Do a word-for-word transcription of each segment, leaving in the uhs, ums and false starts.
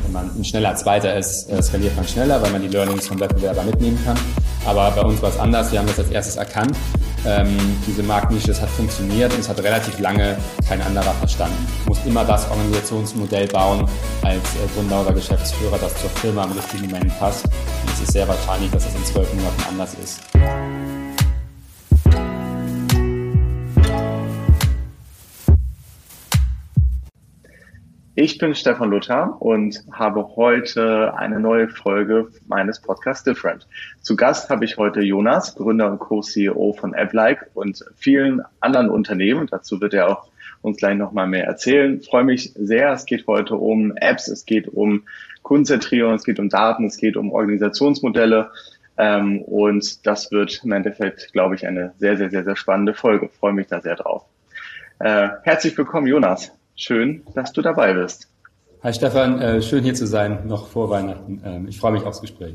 wenn man ein schneller Zweiter ist, äh, skaliert man schneller, weil man die Learnings vom Wettbewerber mitnehmen kann. Aber bei uns war es anders. Wir haben das als erstes erkannt. Ähm, diese Marktnische, das hat funktioniert und es hat relativ lange kein anderer verstanden. Du musst immer das Organisationsmodell bauen als äh, Gründer oder Geschäftsführer, das zur Firma im richtigen Moment passt. Und es ist sehr wahrscheinlich, dass es in zwölf Monaten anders ist. Ich bin Stefan Luther und habe heute eine neue Folge meines Podcasts Different. Zu Gast habe ich heute Jonas, Gründer und Co-C E O von AppLike und vielen anderen Unternehmen. Dazu wird er auch uns gleich nochmal mehr erzählen. Ich freue mich sehr. Es geht heute um Apps, es geht um Kundenzentrierung, es geht um Daten, es geht um Organisationsmodelle. Und das wird im Endeffekt, glaube ich, eine sehr, sehr, sehr, sehr spannende Folge. Ich freue mich da sehr drauf. Herzlich willkommen, Jonas. Schön, dass du dabei bist. Hi Stefan, äh, schön hier zu sein, noch vor Weihnachten. Ähm, ich freue mich aufs Gespräch.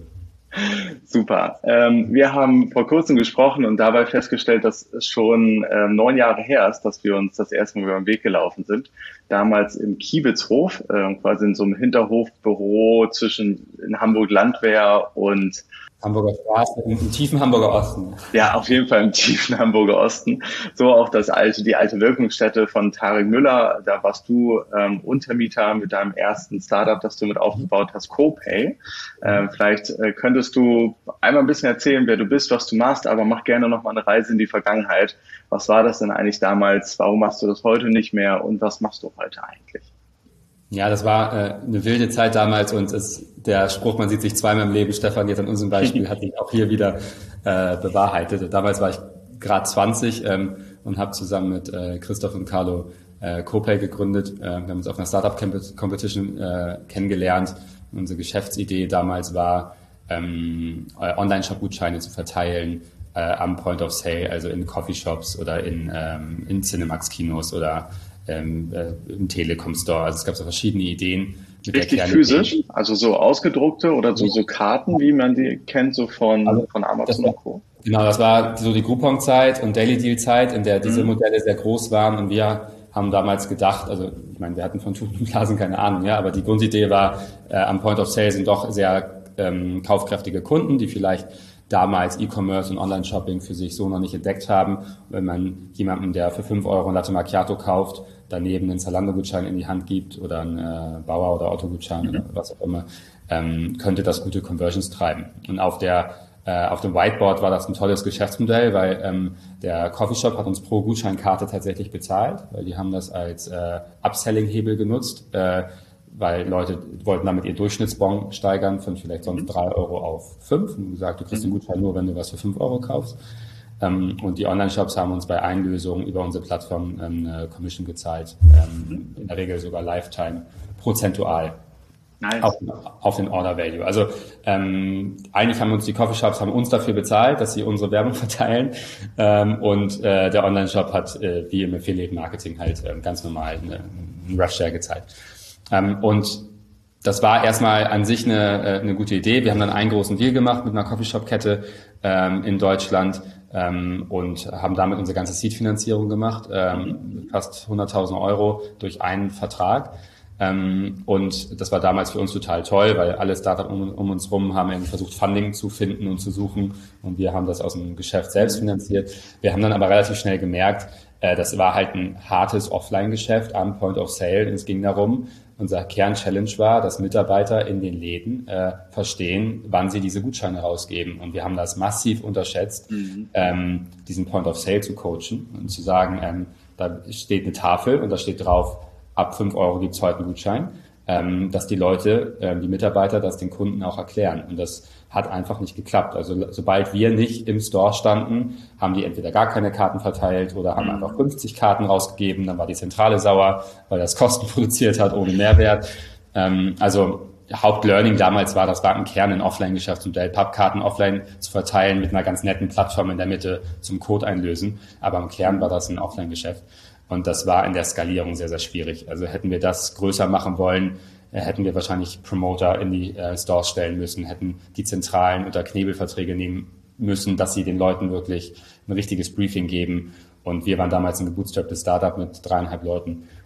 Super. Ähm, wir haben vor kurzem gesprochen und dabei festgestellt, dass es schon ähm, neun Jahre her ist, dass wir uns das erste Mal über den Weg gelaufen sind. Damals im Kiebitzhof, äh, quasi in so einem Hinterhofbüro zwischen in Hamburg-Landwehr und Hamburger Straße, im tiefen Hamburger Osten. Ja, auf jeden Fall im tiefen Hamburger Osten. So auch das alte, die alte Wirkungsstätte von Tarek Müller. Da warst du ähm, Untermieter mit deinem ersten Startup, das du mit aufgebaut hast, CoPay. Ähm, vielleicht äh, könntest du einmal ein bisschen erzählen, wer du bist, was du machst, aber mach gerne noch mal eine Reise in die Vergangenheit. Was war das denn eigentlich damals? Warum machst du das heute nicht mehr? Und was machst du heute eigentlich? Ja, das war äh, eine wilde Zeit damals und es, der Spruch, man sieht sich zweimal im Leben, Stefan, jetzt an unserem Beispiel, hat sich auch hier wieder äh, bewahrheitet. Damals war ich gerade zwanzig ähm, und habe zusammen mit äh, Christoph und Carlo äh, CoPay gegründet. Äh, wir haben uns auf einer Startup-Competition äh, kennengelernt. Unsere Geschäftsidee damals war, ähm, Online-Shop-Gutscheine zu verteilen äh, am Point of Sale, also in Coffeeshops oder in, ähm, in Cinemax-Kinos oder Ähm, äh, im Telekom Store. Also es gab so verschiedene Ideen. Mit Richtig der physisch? Also so ausgedruckte oder so, so Karten, wie man die kennt, so von, also von Amazon und Co.? Genau, das war so die Groupon-Zeit und Daily Deal-Zeit, in der diese mhm. Modelle sehr groß waren und wir haben damals gedacht, also ich meine, wir hatten von Tuten und Blasen keine Ahnung, ja, aber die Grundidee war, äh, am Point of Sale sind doch sehr ähm, kaufkräftige Kunden, die vielleicht damals E-Commerce und Online-Shopping für sich so noch nicht entdeckt haben. Wenn man jemandem, der für fünf Euro ein Latte Macchiato kauft, daneben einen Zalando-Gutschein in die Hand gibt oder einen äh, Bauer- oder Otto-Gutschein mhm. oder was auch immer, ähm, könnte das gute Conversions treiben. Und auf der äh, auf dem Whiteboard war das ein tolles Geschäftsmodell, weil ähm, der Coffeeshop hat uns pro Gutscheinkarte tatsächlich bezahlt, weil die haben das als äh, Upselling-Hebel genutzt, äh, weil Leute wollten damit ihr Durchschnittsbon steigern von vielleicht sonst drei Euro auf fünf und gesagt, du kriegst den Gutschein nur, wenn du was für fünf Euro kaufst. Ähm, und die Online-Shops haben uns bei Einlösungen über unsere Plattform ähm, eine Commission gezahlt, ähm, in der Regel sogar Lifetime, prozentual. Nice. Auf, auf den Order Value. Also ähm, eigentlich haben uns die Coffeeshops haben uns dafür bezahlt, dass sie unsere Werbung verteilen ähm, und äh, der Online-Shop hat äh, wie im Affiliate-Marketing halt äh, ganz normal eine, einen Rush-Share gezahlt. Ähm, und das war erstmal an sich eine, eine gute Idee. Wir haben dann einen großen Deal gemacht mit einer Coffeeshop-Kette ähm, in Deutschland ähm, und haben damit unsere ganze Seed-Finanzierung gemacht, ähm, fast hunderttausend Euro durch einen Vertrag. Ähm, und das war damals für uns total toll, weil alle Startups um, um uns rum haben irgendwie versucht, Funding zu finden und zu suchen und wir haben das aus dem Geschäft selbst finanziert. Wir haben dann aber relativ schnell gemerkt, äh, das war halt ein hartes Offline-Geschäft am Point of Sale und es ging darum, unser Kern-Challenge war, dass Mitarbeiter in den Läden äh, verstehen, wann sie diese Gutscheine rausgeben. Und wir haben das massiv unterschätzt, mhm. ähm, diesen Point of Sale zu coachen und zu sagen, ähm, da steht eine Tafel und da steht drauf, ab fünf Euro gibt's heute einen Gutschein, ähm, dass die Leute, ähm, die Mitarbeiter das den Kunden auch erklären. Und das hat einfach nicht geklappt. Also sobald wir nicht im Store standen, haben die entweder gar keine Karten verteilt oder haben einfach fünfzig Karten rausgegeben. Dann war die Zentrale sauer, weil das Kosten produziert hat ohne Mehrwert. Ähm, also Hauptlearning damals war, das war im Kern ein Offline-Geschäftsmodell, Pappkarten offline zu verteilen mit einer ganz netten Plattform in der Mitte zum Code einlösen. Aber im Kern war das ein Offline-Geschäft. Und das war in der Skalierung sehr, sehr schwierig. Also hätten wir das größer machen wollen, hätten wir wahrscheinlich Promoter in die äh, Stores stellen müssen, hätten die Zentralen unter Knebelverträge nehmen müssen, dass sie den Leuten wirklich ein richtiges Briefing geben. Und wir waren damals ein gebootstrapptes Startup mit dreieinhalb Leuten.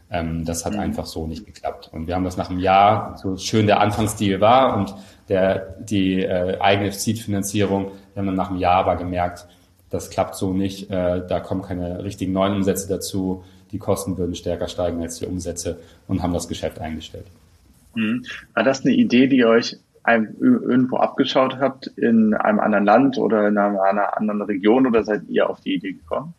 Ähm, das hat mhm. einfach so nicht geklappt. Und wir haben das nach einem Jahr, so schön der Anfangsdeal war und der die äh, eigene Seed-Finanzierung, wir haben dann nach einem Jahr aber gemerkt, das klappt so nicht, äh, da kommen keine richtigen neuen Umsätze dazu, die Kosten würden stärker steigen als die Umsätze und haben das Geschäft eingestellt. Mhm. War das eine Idee, die ihr euch ein, irgendwo abgeschaut habt in einem anderen Land oder in einer, einer anderen Region oder seid ihr auf die Idee gekommen?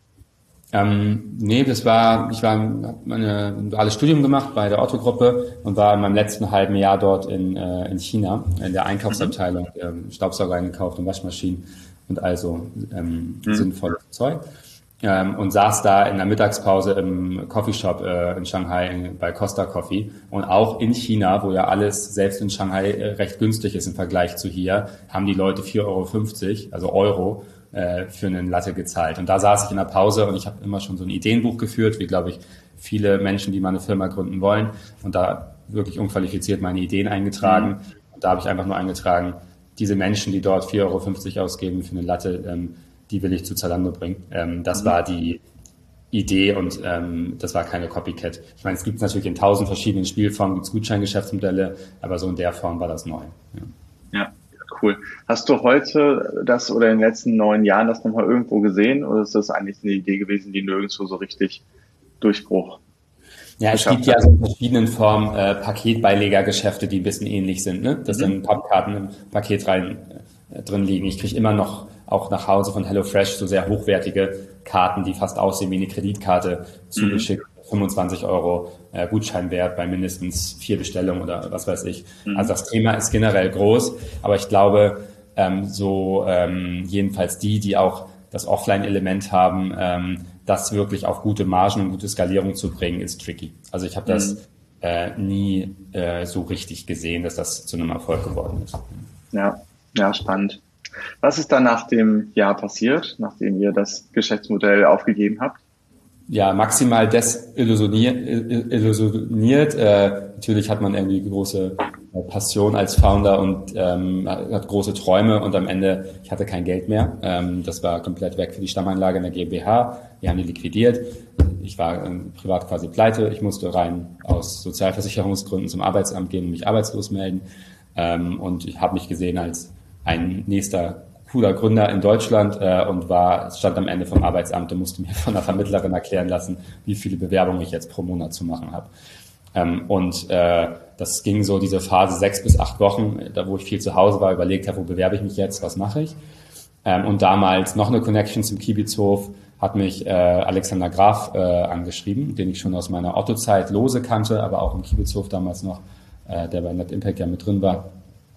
Ähm, nee, das war, ich war, habe meine duales Studium gemacht bei der Otto-Gruppe und war in meinem letzten halben Jahr dort in, äh, in China, in der Einkaufsabteilung, mhm. ähm, Staubsauger eingekauft und Waschmaschinen und also ähm, mhm. sinnvolles Zeug. Ähm, und saß da in der Mittagspause im Coffeeshop äh, in Shanghai bei Costa Coffee. Und auch in China, wo ja alles selbst in Shanghai äh, recht günstig ist im Vergleich zu hier, haben die Leute vier Euro fünfzig, also Euro, äh, für einen Latte gezahlt. Und da saß ich in der Pause und ich habe immer schon so ein Ideenbuch geführt, wie, glaube ich, viele Menschen, die mal eine Firma gründen wollen. Und da wirklich unqualifiziert meine Ideen eingetragen. Mhm. Und da habe ich einfach nur eingetragen, diese Menschen, die dort vier Euro fünfzig ausgeben für eine Latte, ähm, die will ich zu Zalando bringen. Ähm, das mhm. war die Idee und ähm, das war keine Copycat. Ich meine, es gibt natürlich in tausend verschiedenen Spielformen, gibt es Gutscheingeschäftsmodelle, aber so in der Form war das neu. Ja. ja, cool. Hast du heute das oder in den letzten neun Jahren das nochmal irgendwo gesehen oder ist das eigentlich eine Idee gewesen, die nirgendwo so richtig Durchbruch? Ja, es gibt ja so in verschiedenen Formen äh, Paketbeilegergeschäfte, die ein bisschen ähnlich sind, ne? Dass mhm. dann Pappkarten im Paket rein äh, drin liegen. Ich kriege immer noch auch nach Hause von HelloFresh so sehr hochwertige Karten, die fast aussehen wie eine Kreditkarte, zugeschickt, mhm. fünfundzwanzig Euro äh, Gutscheinwert bei mindestens vier Bestellungen oder was weiß ich. Mhm. Also das Thema ist generell groß, aber ich glaube, ähm, so ähm, jedenfalls die, die auch das Offline-Element haben, ähm, das wirklich auf gute Margen und gute Skalierung zu bringen, ist tricky. Also ich habe das mhm. äh, nie äh, so richtig gesehen, dass das zu einem Erfolg geworden ist. Ja, ja, spannend. Was ist dann nach dem Jahr passiert, nachdem ihr das Geschäftsmodell aufgegeben habt? Ja, maximal desillusioniert. Illusioniert. Äh, natürlich hat man irgendwie große Passion als Founder und ähm, hat große Träume und am Ende, ich hatte kein Geld mehr. Ähm, das war komplett weg für die Stammanlage in der GmbH. Wir haben die liquidiert. Ich war ähm, privat quasi pleite. Ich musste rein aus Sozialversicherungsgründen zum Arbeitsamt gehen und mich arbeitslos melden. Ähm, und ich habe mich gesehen als ein nächster cooler Gründer in Deutschland äh, und war stand am Ende vom Arbeitsamt und musste mir von der Vermittlerin erklären lassen, wie viele Bewerbungen ich jetzt pro Monat zu machen habe. Ähm, und äh, das ging so diese Phase sechs bis acht Wochen, da wo ich viel zu Hause war, überlegt habe, wo bewerbe ich mich jetzt, was mache ich. Ähm, und damals noch eine Connection zum Kiebitzhof hat mich äh, Alexander Graf äh, angeschrieben, den ich schon aus meiner Otto-Zeit lose kannte, aber auch im Kiebitzhof damals noch, äh, der bei Net Impact ja mit drin war.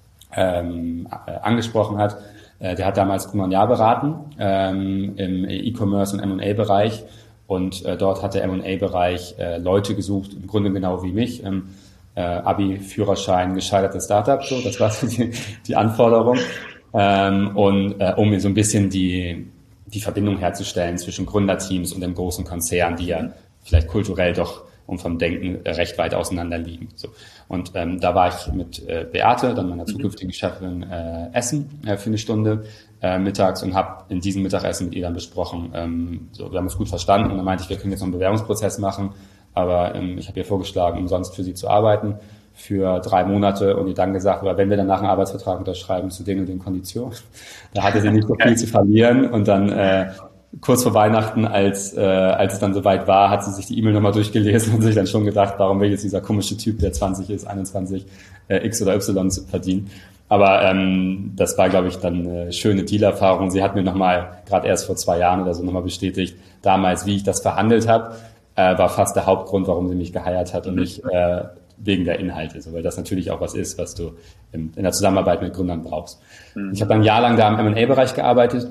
Ähm, äh, angesprochen hat. Äh, der hat damals Kumania beraten ähm, im E-Commerce und M und A-Bereich und äh, dort hat der M und A-Bereich äh, Leute gesucht, im Grunde genau wie mich, ähm, äh, Abi, Führerschein, gescheitertes Startup, so, das war so die, die Anforderung ähm, und äh, um so ein bisschen die, die Verbindung herzustellen zwischen Gründerteams und dem großen Konzern, die ja vielleicht kulturell doch und vom Denken recht weit auseinander liegen. So. Und ähm, da war ich mit äh, Beate, dann meiner zukünftigen Chefin, äh, essen äh, für eine Stunde äh, mittags und habe in diesem Mittagessen mit ihr dann besprochen, ähm, so, wir haben uns gut verstanden und dann meinte ich, wir können jetzt noch einen Bewerbungsprozess machen, aber ähm, ich habe ihr vorgeschlagen, umsonst für sie zu arbeiten für drei Monate und ihr dann gesagt, aber wenn wir danach einen Arbeitsvertrag unterschreiben zu den und den Konditionen, da hatte sie nicht so viel zu verlieren und dann äh, kurz vor Weihnachten, als äh, als es dann soweit war, hat sie sich die E-Mail nochmal durchgelesen und sich dann schon gedacht, warum will jetzt dieser komische Typ, der zwanzig ist, einundzwanzig, äh, X oder Y verdienen. Aber ähm, das war, glaube ich, dann eine schöne Dealerfahrung. Sie hat mir nochmal, gerade erst vor zwei Jahren oder so, nochmal bestätigt, damals, wie ich das verhandelt habe, äh, war fast der Hauptgrund, warum sie mich geheiert hat und nicht äh, wegen der Inhalte. So, weil das natürlich auch was ist, was du in, in der Zusammenarbeit mit Gründern brauchst. Mhm. Ich habe dann ein Jahr lang da im M und A-Bereich gearbeitet,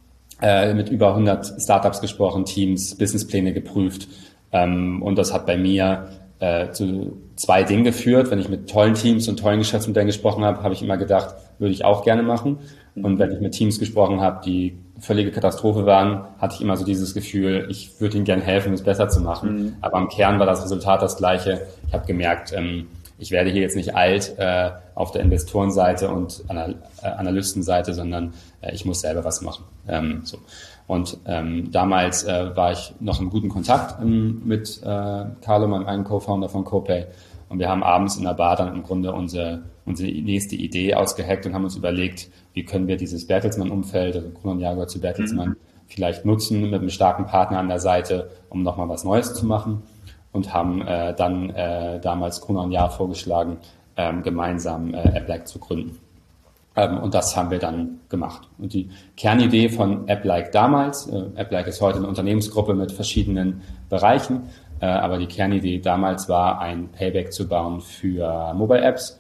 mit über hundert Startups gesprochen, Teams, Businesspläne geprüft. Ähm, und das hat bei mir äh, zu zwei Dingen geführt. Wenn ich mit tollen Teams und tollen Geschäftsmodellen gesprochen habe, habe ich immer gedacht, würde ich auch gerne machen. Und wenn ich mit Teams gesprochen habe, die völlige Katastrophe waren, hatte ich immer so dieses Gefühl, ich würde ihnen gerne helfen, es besser zu machen. Mhm. Aber im Kern war das Resultat das gleiche. Ich habe gemerkt, ähm, ich werde hier jetzt nicht alt äh, auf der Investorenseite und Anal- äh, Analystenseite, sondern äh, ich muss selber was machen. Ähm, so. Und ähm, damals äh, war ich noch in guten Kontakt ähm, mit äh, Carlo, meinem einen Co-Founder von Copay. Und wir haben abends in der Bar dann im Grunde unsere, unsere nächste Idee ausgeheckt und haben uns überlegt, wie können wir dieses Bertelsmann-Umfeld, also Kron Jaguar zu Bertelsmann, mhm. vielleicht nutzen mit einem starken Partner an der Seite, um nochmal was Neues zu machen. Und haben äh, dann äh, damals Kron Jahr vorgeschlagen, ähm, gemeinsam äh, AppLike zu gründen. Ähm, und das haben wir dann gemacht. Und die Kernidee von AppLike damals, äh, AppLike ist heute eine Unternehmensgruppe mit verschiedenen Bereichen, äh, aber die Kernidee damals war, ein Payback zu bauen für Mobile Apps.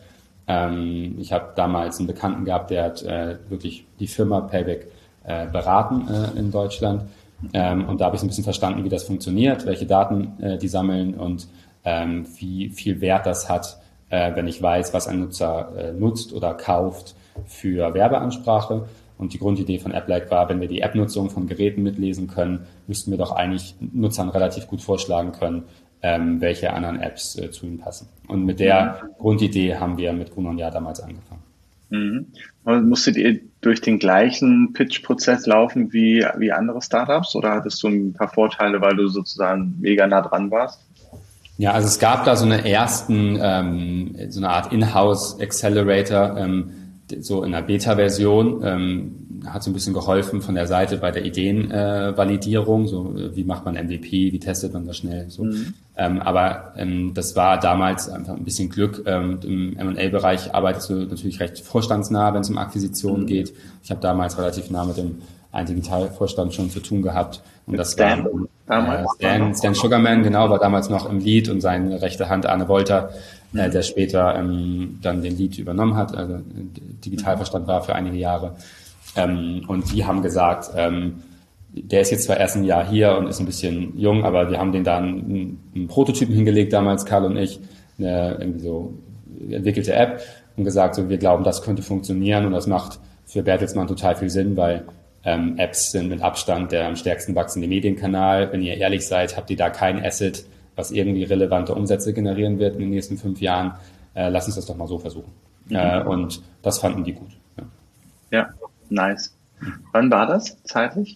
Ähm, ich habe damals einen Bekannten gehabt, der hat äh, wirklich die Firma Payback äh, beraten äh, in Deutschland. Ähm, und da habe ich so ein bisschen verstanden, wie das funktioniert, welche Daten äh, die sammeln und ähm, wie viel Wert das hat, äh, wenn ich weiß, was ein Nutzer äh, nutzt oder kauft für Werbeansprache. Und die Grundidee von AppLike war, wenn wir die App-Nutzung von Geräten mitlesen können, müssten wir doch eigentlich Nutzern relativ gut vorschlagen können, ähm, welche anderen Apps äh, zu ihnen passen. Und mit der mhm. Grundidee haben wir mit Kron Jahr damals angefangen. Mhm. Und musstet ihr durch den gleichen Pitch-Prozess laufen wie, wie andere Startups oder hattest du ein paar Vorteile, weil du sozusagen mega nah dran warst? Ja, also es gab da so eine ersten, ähm, so eine Art In-House-Accelerator, ähm, so in einer Beta-Version, ähm, hat so ein bisschen geholfen von der Seite bei der Ideenvalidierung, äh, so wie macht man M V P, wie testet man das schnell, so. Mhm. Ähm, aber ähm, das war damals einfach ein bisschen Glück. Ähm, im M und A-Bereich arbeitest du natürlich recht vorstandsnah, wenn es um Akquisitionen mhm. geht. Ich habe damals relativ nah mit dem einen Digitalvorstand schon zu tun gehabt. Und das Stan, war äh, Stan, Stan Sugarman, genau, war damals noch im Lead und seine rechte Hand Arne Wolter, mhm. äh, der später ähm, dann den Lead übernommen hat, also Digitalvorstand war für einige Jahre. Ähm, und die haben gesagt, ähm, der ist jetzt zwar erst ein Jahr hier und ist ein bisschen jung, aber wir haben den da einen, einen Prototypen hingelegt damals, Karl und ich, eine irgendwie so entwickelte App und gesagt, so wir glauben, das könnte funktionieren und das macht für Bertelsmann total viel Sinn, weil ähm, Apps sind mit Abstand der am stärksten wachsende Medienkanal. Wenn ihr ehrlich seid, habt ihr da kein Asset, was irgendwie relevante Umsätze generieren wird in den nächsten fünf Jahren. Äh, lass uns das doch mal so versuchen. Mhm. Äh, und das fanden die gut. Ja, ja, nice. Wann war das zeitlich?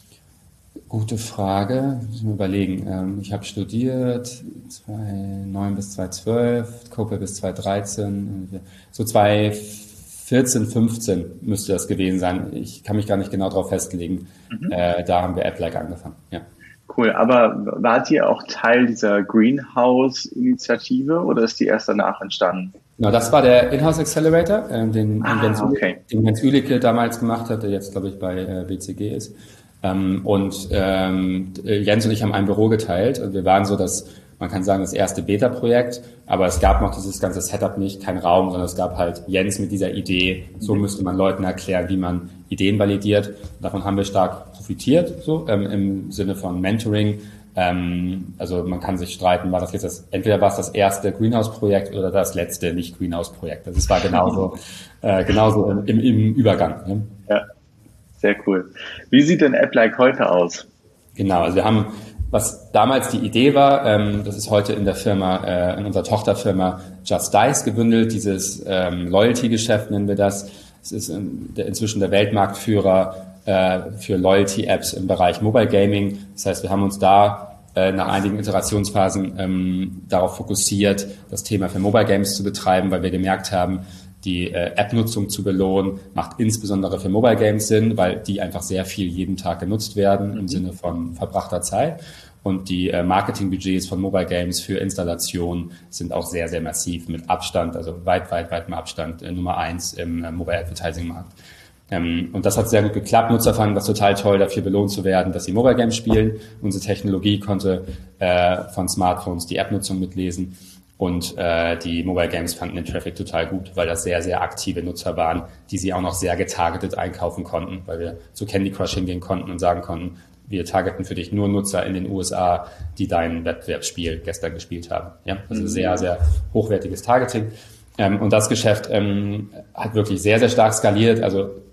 Gute Frage. Müssen wir überlegen. Ähm, ich habe studiert zweitausendneun bis zweitausendzwölf, Copay bis zweitausenddreizehn. So zweitausendvierzehn, fünfzehn müsste das gewesen sein. Ich kann mich gar nicht genau darauf festlegen. Mhm. Äh, da haben wir AppLike angefangen. Ja. Cool. Aber wart ihr auch Teil dieser Greenhouse-Initiative oder ist die erst danach entstanden? Genau, das war der In-House Accelerator, äh, den, ah, Jens, okay. den Jens Ülicke damals gemacht hat, der jetzt, glaube ich, bei äh, B C G ist. Ähm, und ähm, Jens und ich haben ein Büro geteilt und wir waren so das, man kann sagen, das erste Beta-Projekt, aber es gab noch dieses ganze Setup nicht, kein Raum, sondern es gab halt Jens mit dieser Idee, so müsste man Leuten erklären, wie man Ideen validiert. Und davon haben wir stark profitiert, so ähm, im Sinne von Mentoring. Ähm, also man kann sich streiten, war das jetzt das, entweder war es das erste Greenhouse-Projekt oder das letzte Nicht-Greenhouse-Projekt. Also es war genauso, äh, genauso im, im, im Übergang. Ne? Ja. Sehr cool. Wie sieht denn AppLike heute aus? Genau, also wir haben, was damals die Idee war, ähm, das ist heute in der Firma, äh, in unserer Tochterfirma Just Dice gebündelt, dieses ähm, Loyalty-Geschäft nennen wir das. Es ist in, der, inzwischen der Weltmarktführer äh, für Loyalty-Apps im Bereich Mobile Gaming. Das heißt, wir haben uns da äh, nach einigen Iterationsphasen ähm, darauf fokussiert, das Thema für Mobile Games zu betreiben, weil wir gemerkt haben, die äh, App-Nutzung zu belohnen, macht insbesondere für Mobile Games Sinn, weil die einfach sehr viel jeden Tag genutzt werden im mhm. Sinne von verbrachter Zeit. Und die äh, Marketingbudgets von Mobile Games für Installation sind auch sehr, sehr massiv mit Abstand, also weit, weit, weit im Abstand äh, Nummer eins im äh, Mobile Advertising Markt. Ähm, und das hat sehr gut geklappt. Nutzer fanden das total toll, dafür belohnt zu werden, dass sie Mobile Games spielen. Unsere Technologie konnte äh, von Smartphones die App-Nutzung mitlesen. Und äh, die Mobile Games fanden den Traffic total gut, weil das sehr, sehr aktive Nutzer waren, die sie auch noch sehr getargetet einkaufen konnten, weil wir zu Candy Crush hingehen konnten und sagen konnten, wir targeten für dich nur Nutzer in den U S A, die dein Wettbewerbsspiel gestern gespielt haben. Ja, also sehr, sehr hochwertiges Targeting. Ähm, und das Geschäft ähm, hat wirklich sehr, sehr stark skaliert. Also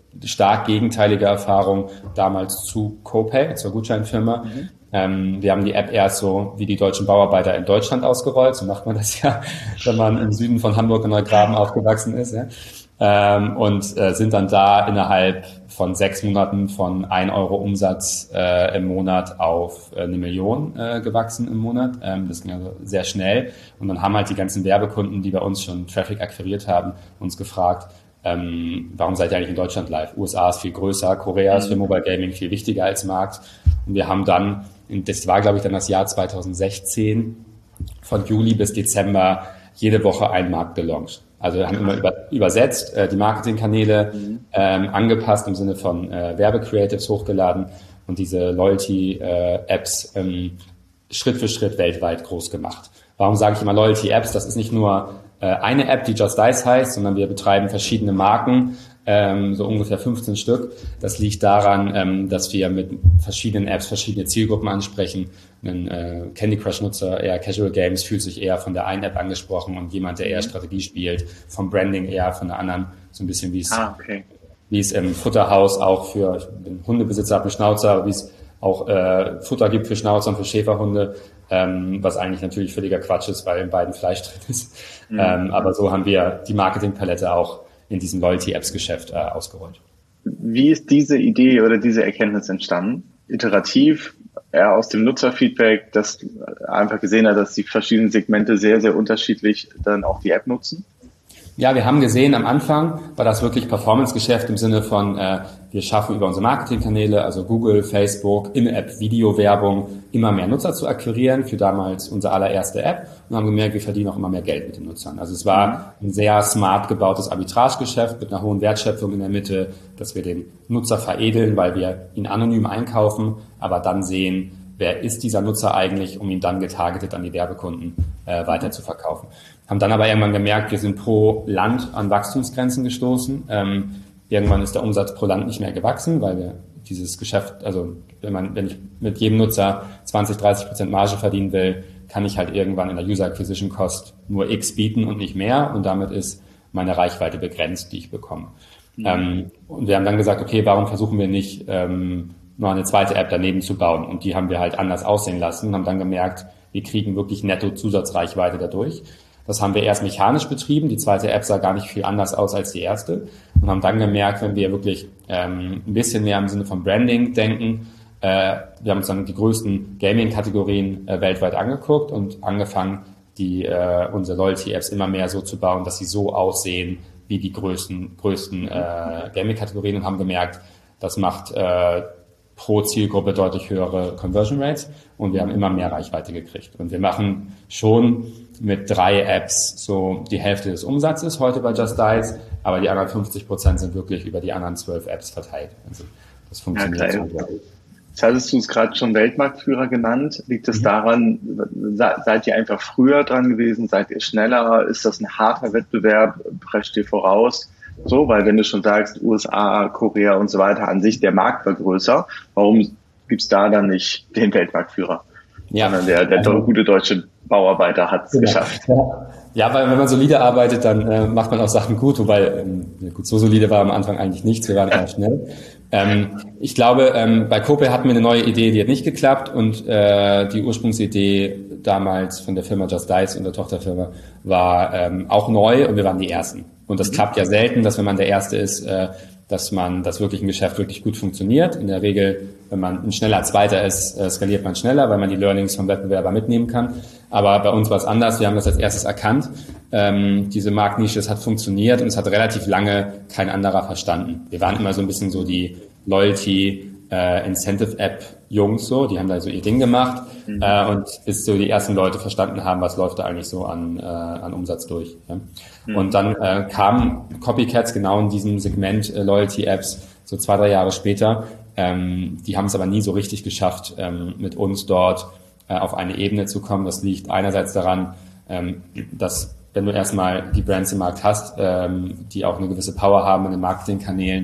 stark gegenteilige Erfahrung damals zu Copay, zur Gutscheinfirma. Mhm. Ähm, wir haben die App erst so wie die deutschen Bauarbeiter in Deutschland ausgerollt. So macht man das ja, wenn man im Süden von Hamburg in Neugraben aufgewachsen ist. Ja. Ähm, und äh, sind dann da innerhalb von sechs Monaten von ein Euro Umsatz äh, im Monat auf äh, eine Million äh, gewachsen im Monat. Ähm, das ging also sehr schnell. Und dann haben halt die ganzen Werbekunden, die bei uns schon Traffic akquiriert haben, uns gefragt, ähm, warum seid ihr eigentlich in Deutschland live? U S A ist viel größer, Korea ist für Mobile Gaming viel wichtiger als Markt. Und wir haben dann, das war glaube ich dann das Jahr zwanzig sechzehn, von Juli bis Dezember jede Woche einen Markt gelauncht. Also wir haben immer über, übersetzt, äh, die Marketingkanäle mhm. ähm, angepasst im Sinne von äh, Werbecreatives hochgeladen und diese Loyalty-Apps äh, ähm, Schritt für Schritt weltweit groß gemacht. Warum sage ich immer Loyalty-Apps? Das ist nicht nur äh, eine App, die Just Dice heißt, sondern wir betreiben verschiedene Marken, ähm, so ungefähr fünfzehn Stück. Das liegt daran, ähm, dass wir mit verschiedenen Apps verschiedene Zielgruppen ansprechen. Ein äh, Candy Crush-Nutzer, eher Casual Games, fühlt sich eher von der einen App angesprochen und jemand, der eher Strategie spielt, vom Branding eher von der anderen, so ein bisschen wie es ah, okay. wie es im Futterhaus auch für, ich bin Hundebesitzer, habe einen Schnauzer, aber wie es auch äh, Futter gibt für Schnauzer und für Schäferhunde, ähm, was eigentlich natürlich völliger Quatsch ist, weil in beiden Fleisch drin ist. Mhm. Ähm, aber so haben wir die Marketingpalette auch in diesem Loyalty-Apps-Geschäft äh, ausgerollt. Wie ist diese Idee oder diese Erkenntnis entstanden? Iterativ, eher aus dem Nutzerfeedback, dass einfach gesehen hat, dass die verschiedenen Segmente sehr, sehr unterschiedlich dann auch die App nutzen? Ja, wir haben gesehen, am Anfang war das wirklich Performance-Geschäft im Sinne von, äh, wir schaffen über unsere Marketingkanäle, also Google, Facebook, In-App-Videowerbung, immer mehr Nutzer zu akquirieren für damals unsere allererste App und haben gemerkt, wir verdienen auch immer mehr Geld mit den Nutzern. Also es war ein sehr smart gebautes Arbitragegeschäft mit einer hohen Wertschöpfung in der Mitte, dass wir den Nutzer veredeln, weil wir ihn anonym einkaufen, aber dann sehen, wer ist dieser Nutzer eigentlich, um ihn dann getargetet an die Werbekunden äh, weiter zu verkaufen. Haben dann aber irgendwann gemerkt, wir sind pro Land an Wachstumsgrenzen gestoßen. Ähm, irgendwann ist der Umsatz pro Land nicht mehr gewachsen, weil wir dieses Geschäft, also wenn man, wenn ich mit jedem Nutzer zwanzig, dreißig Prozent Marge verdienen will, kann ich halt irgendwann in der User Acquisition Cost nur X bieten und nicht mehr und damit ist meine Reichweite begrenzt, die ich bekomme. Mhm. Ähm, und wir haben dann gesagt, okay, warum versuchen wir nicht ähm, noch eine zweite App daneben zu bauen? Und die haben wir halt anders aussehen lassen und haben dann gemerkt, wir kriegen wirklich netto Zusatzreichweite dadurch. Das haben wir erst mechanisch betrieben. Die zweite App sah gar nicht viel anders aus als die erste und haben dann gemerkt, wenn wir wirklich ähm, ein bisschen mehr im Sinne von Branding denken, äh, wir haben uns dann die größten Gaming-Kategorien äh, weltweit angeguckt und angefangen, die äh, unsere Loyalty-Apps immer mehr so zu bauen, dass sie so aussehen wie die größten, größten äh, Gaming-Kategorien und haben gemerkt, das macht äh, pro Zielgruppe deutlich höhere Conversion Rates und wir haben immer mehr Reichweite gekriegt. Und wir machen schon mit drei Apps so die Hälfte des Umsatzes heute bei Just Dice, aber die anderen fünfzig Prozent sind wirklich über die anderen zwölf Apps verteilt. Also das funktioniert ja, so gut. Jetzt hattest du es gerade schon Weltmarktführer genannt. Liegt es daran, seid ihr einfach früher dran gewesen? Seid ihr schneller? Ist das ein harter Wettbewerb? Prescht ihr voraus? So, weil wenn du schon sagst, U S A, Korea und so weiter, an sich der Markt war größer, warum gibt's da dann nicht den Weltmarktführer? Ja. Sondern der, der also, gute deutsche Bauarbeiter hat es genau. geschafft. Ja. ja, weil wenn man solide arbeitet, dann äh, macht man auch Sachen gut, wobei, ähm, gut, so solide war am Anfang eigentlich nichts, wir waren eher schnell. Ähm, ich glaube, ähm, bei Copay hatten wir eine neue Idee, die hat nicht geklappt und äh, die Ursprungsidee damals von der Firma Just Dice und der Tochterfirma war ähm, auch neu und wir waren die Ersten. Und das klappt ja selten, dass wenn man der Erste ist, äh, dass man, dass wirklich ein Geschäft wirklich gut funktioniert. In der Regel, wenn man ein schneller Zweiter ist, äh, skaliert man schneller, weil man die Learnings vom Wettbewerber mitnehmen kann. Aber bei uns war es anders. Wir haben das als erstes erkannt. Ähm, diese Marktnische, es hat funktioniert und es hat relativ lange kein anderer verstanden. Wir waren immer so ein bisschen so die Loyalty äh, Incentive App Jungs so, die haben da so ihr Ding gemacht mhm. äh, und bis so die ersten Leute verstanden haben, was läuft da eigentlich so an, äh, an Umsatz durch. Ja? Mhm. Und dann äh, kamen Copycats genau in diesem Segment äh, Loyalty Apps so zwei, drei Jahre später. Ähm, die haben es aber nie so richtig geschafft, ähm, mit uns dort äh, auf eine Ebene zu kommen. Das liegt einerseits daran, ähm, dass wenn du erstmal die Brands im Markt hast, ähm, die auch eine gewisse Power haben in den Marketingkanälen,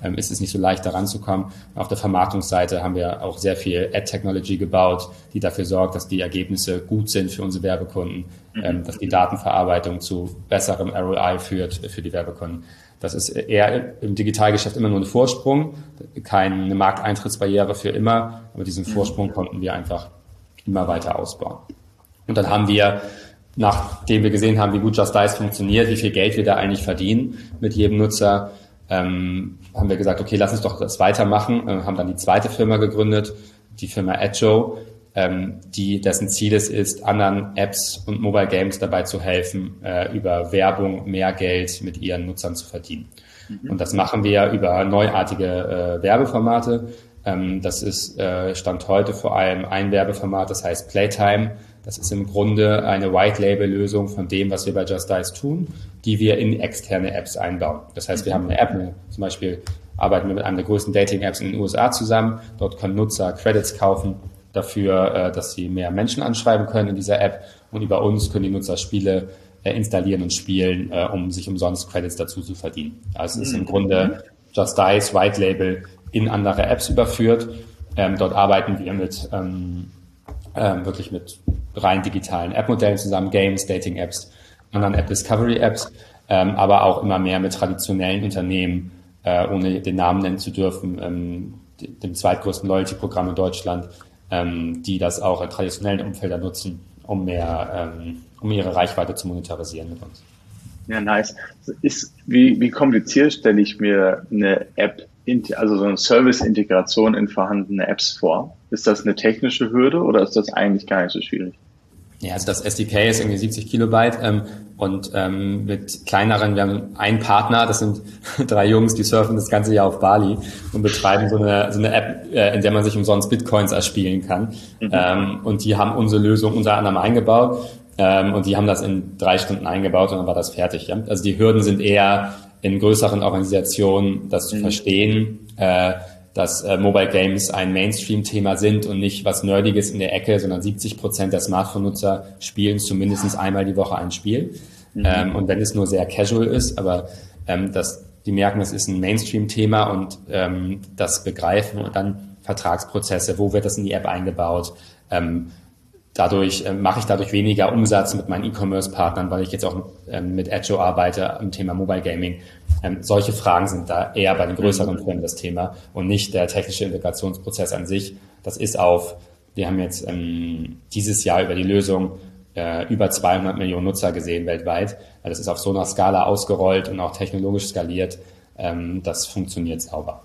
ähm, ist es nicht so leicht, da ranzukommen. Auf der Vermarktungsseite haben wir auch sehr viel Ad-Technology gebaut, die dafür sorgt, dass die Ergebnisse gut sind für unsere Werbekunden, mhm. ähm, dass die Datenverarbeitung zu besserem R O I führt für die Werbekunden. Das ist eher im Digitalgeschäft immer nur ein Vorsprung, keine Markteintrittsbarriere für immer, aber diesen Vorsprung konnten wir einfach immer weiter ausbauen. Und dann haben wir, nachdem wir gesehen haben, wie gut Just Dice funktioniert, wie viel Geld wir da eigentlich verdienen mit jedem Nutzer, ähm, haben wir gesagt, okay, lass uns doch das weitermachen, äh, haben dann die zweite Firma gegründet, die Firma Edjo, ähm, die, dessen Ziel es ist, anderen Apps und Mobile Games dabei zu helfen, äh, über Werbung mehr Geld mit ihren Nutzern zu verdienen. Mhm. Und das machen wir über neuartige äh, Werbeformate. Ähm, das ist äh, Stand heute vor allem ein Werbeformat, das heißt Playtime. Das ist im Grunde eine White-Label-Lösung von dem, was wir bei Just Dice tun, die wir in externe Apps einbauen. Das heißt, wir haben eine App, eine, zum Beispiel arbeiten wir mit einer der größten Dating-Apps in den U S A zusammen. Dort können Nutzer Credits kaufen dafür, dass sie mehr Menschen anschreiben können in dieser App. Und über uns können die Nutzer Spiele installieren und spielen, um sich umsonst Credits dazu zu verdienen. Also es ist im Grunde Just Dice, White Label in andere Apps überführt. Ähm, dort arbeiten wir mit ähm, ähm, wirklich mit rein digitalen App-Modellen zusammen, Games, Dating-Apps, anderen App-Discovery-Apps, ähm, aber auch immer mehr mit traditionellen Unternehmen, äh, ohne den Namen nennen zu dürfen, ähm, dem zweitgrößten Loyalty-Programm in Deutschland, ähm, die das auch in traditionellen Umfeldern nutzen, um mehr, ähm, um ihre Reichweite zu monetarisieren mit uns. Ja, nice. Ist, wie, wie kompliziert stelle ich mir eine App, also so eine Service-Integration in vorhandene Apps vor? Ist das eine technische Hürde oder ist das eigentlich gar nicht so schwierig? Ja, also das S D K ist irgendwie siebzig Kilobyte ähm, und ähm, mit kleineren, wir haben einen Partner, das sind drei Jungs, die surfen das ganze Jahr auf Bali und betreiben so eine so eine App, äh, in der man sich umsonst Bitcoins erspielen kann. Mhm. Ähm, und die haben unsere Lösung unter anderem eingebaut ähm, und die haben das in drei Stunden eingebaut und dann war das fertig. Ja? Also die Hürden sind eher in größeren Organisationen, das zu mhm. verstehen, äh, dass äh, Mobile Games ein Mainstream-Thema sind und nicht was Nerdiges in der Ecke, sondern siebzig Prozent der Smartphone-Nutzer spielen zumindest einmal die Woche ein Spiel. Mhm. Ähm, und wenn es nur sehr casual ist, aber ähm, das, die merken, es ist ein Mainstream-Thema und ähm, das begreifen und dann Vertragsprozesse, wo wird das in die App eingebaut, ähm, Dadurch äh, mache ich dadurch weniger Umsatz mit meinen E-Commerce-Partnern, weil ich jetzt auch ähm, mit Edjo arbeite im Thema Mobile Gaming. Ähm, solche Fragen sind da eher bei den größeren Firmen das Thema und nicht der technische Integrationsprozess an sich. Das ist auf, wir haben jetzt ähm, dieses Jahr über die Lösung äh, über zweihundert Millionen Nutzer gesehen weltweit. Das ist auf so einer Skala ausgerollt und auch technologisch skaliert. Ähm, das funktioniert sauber.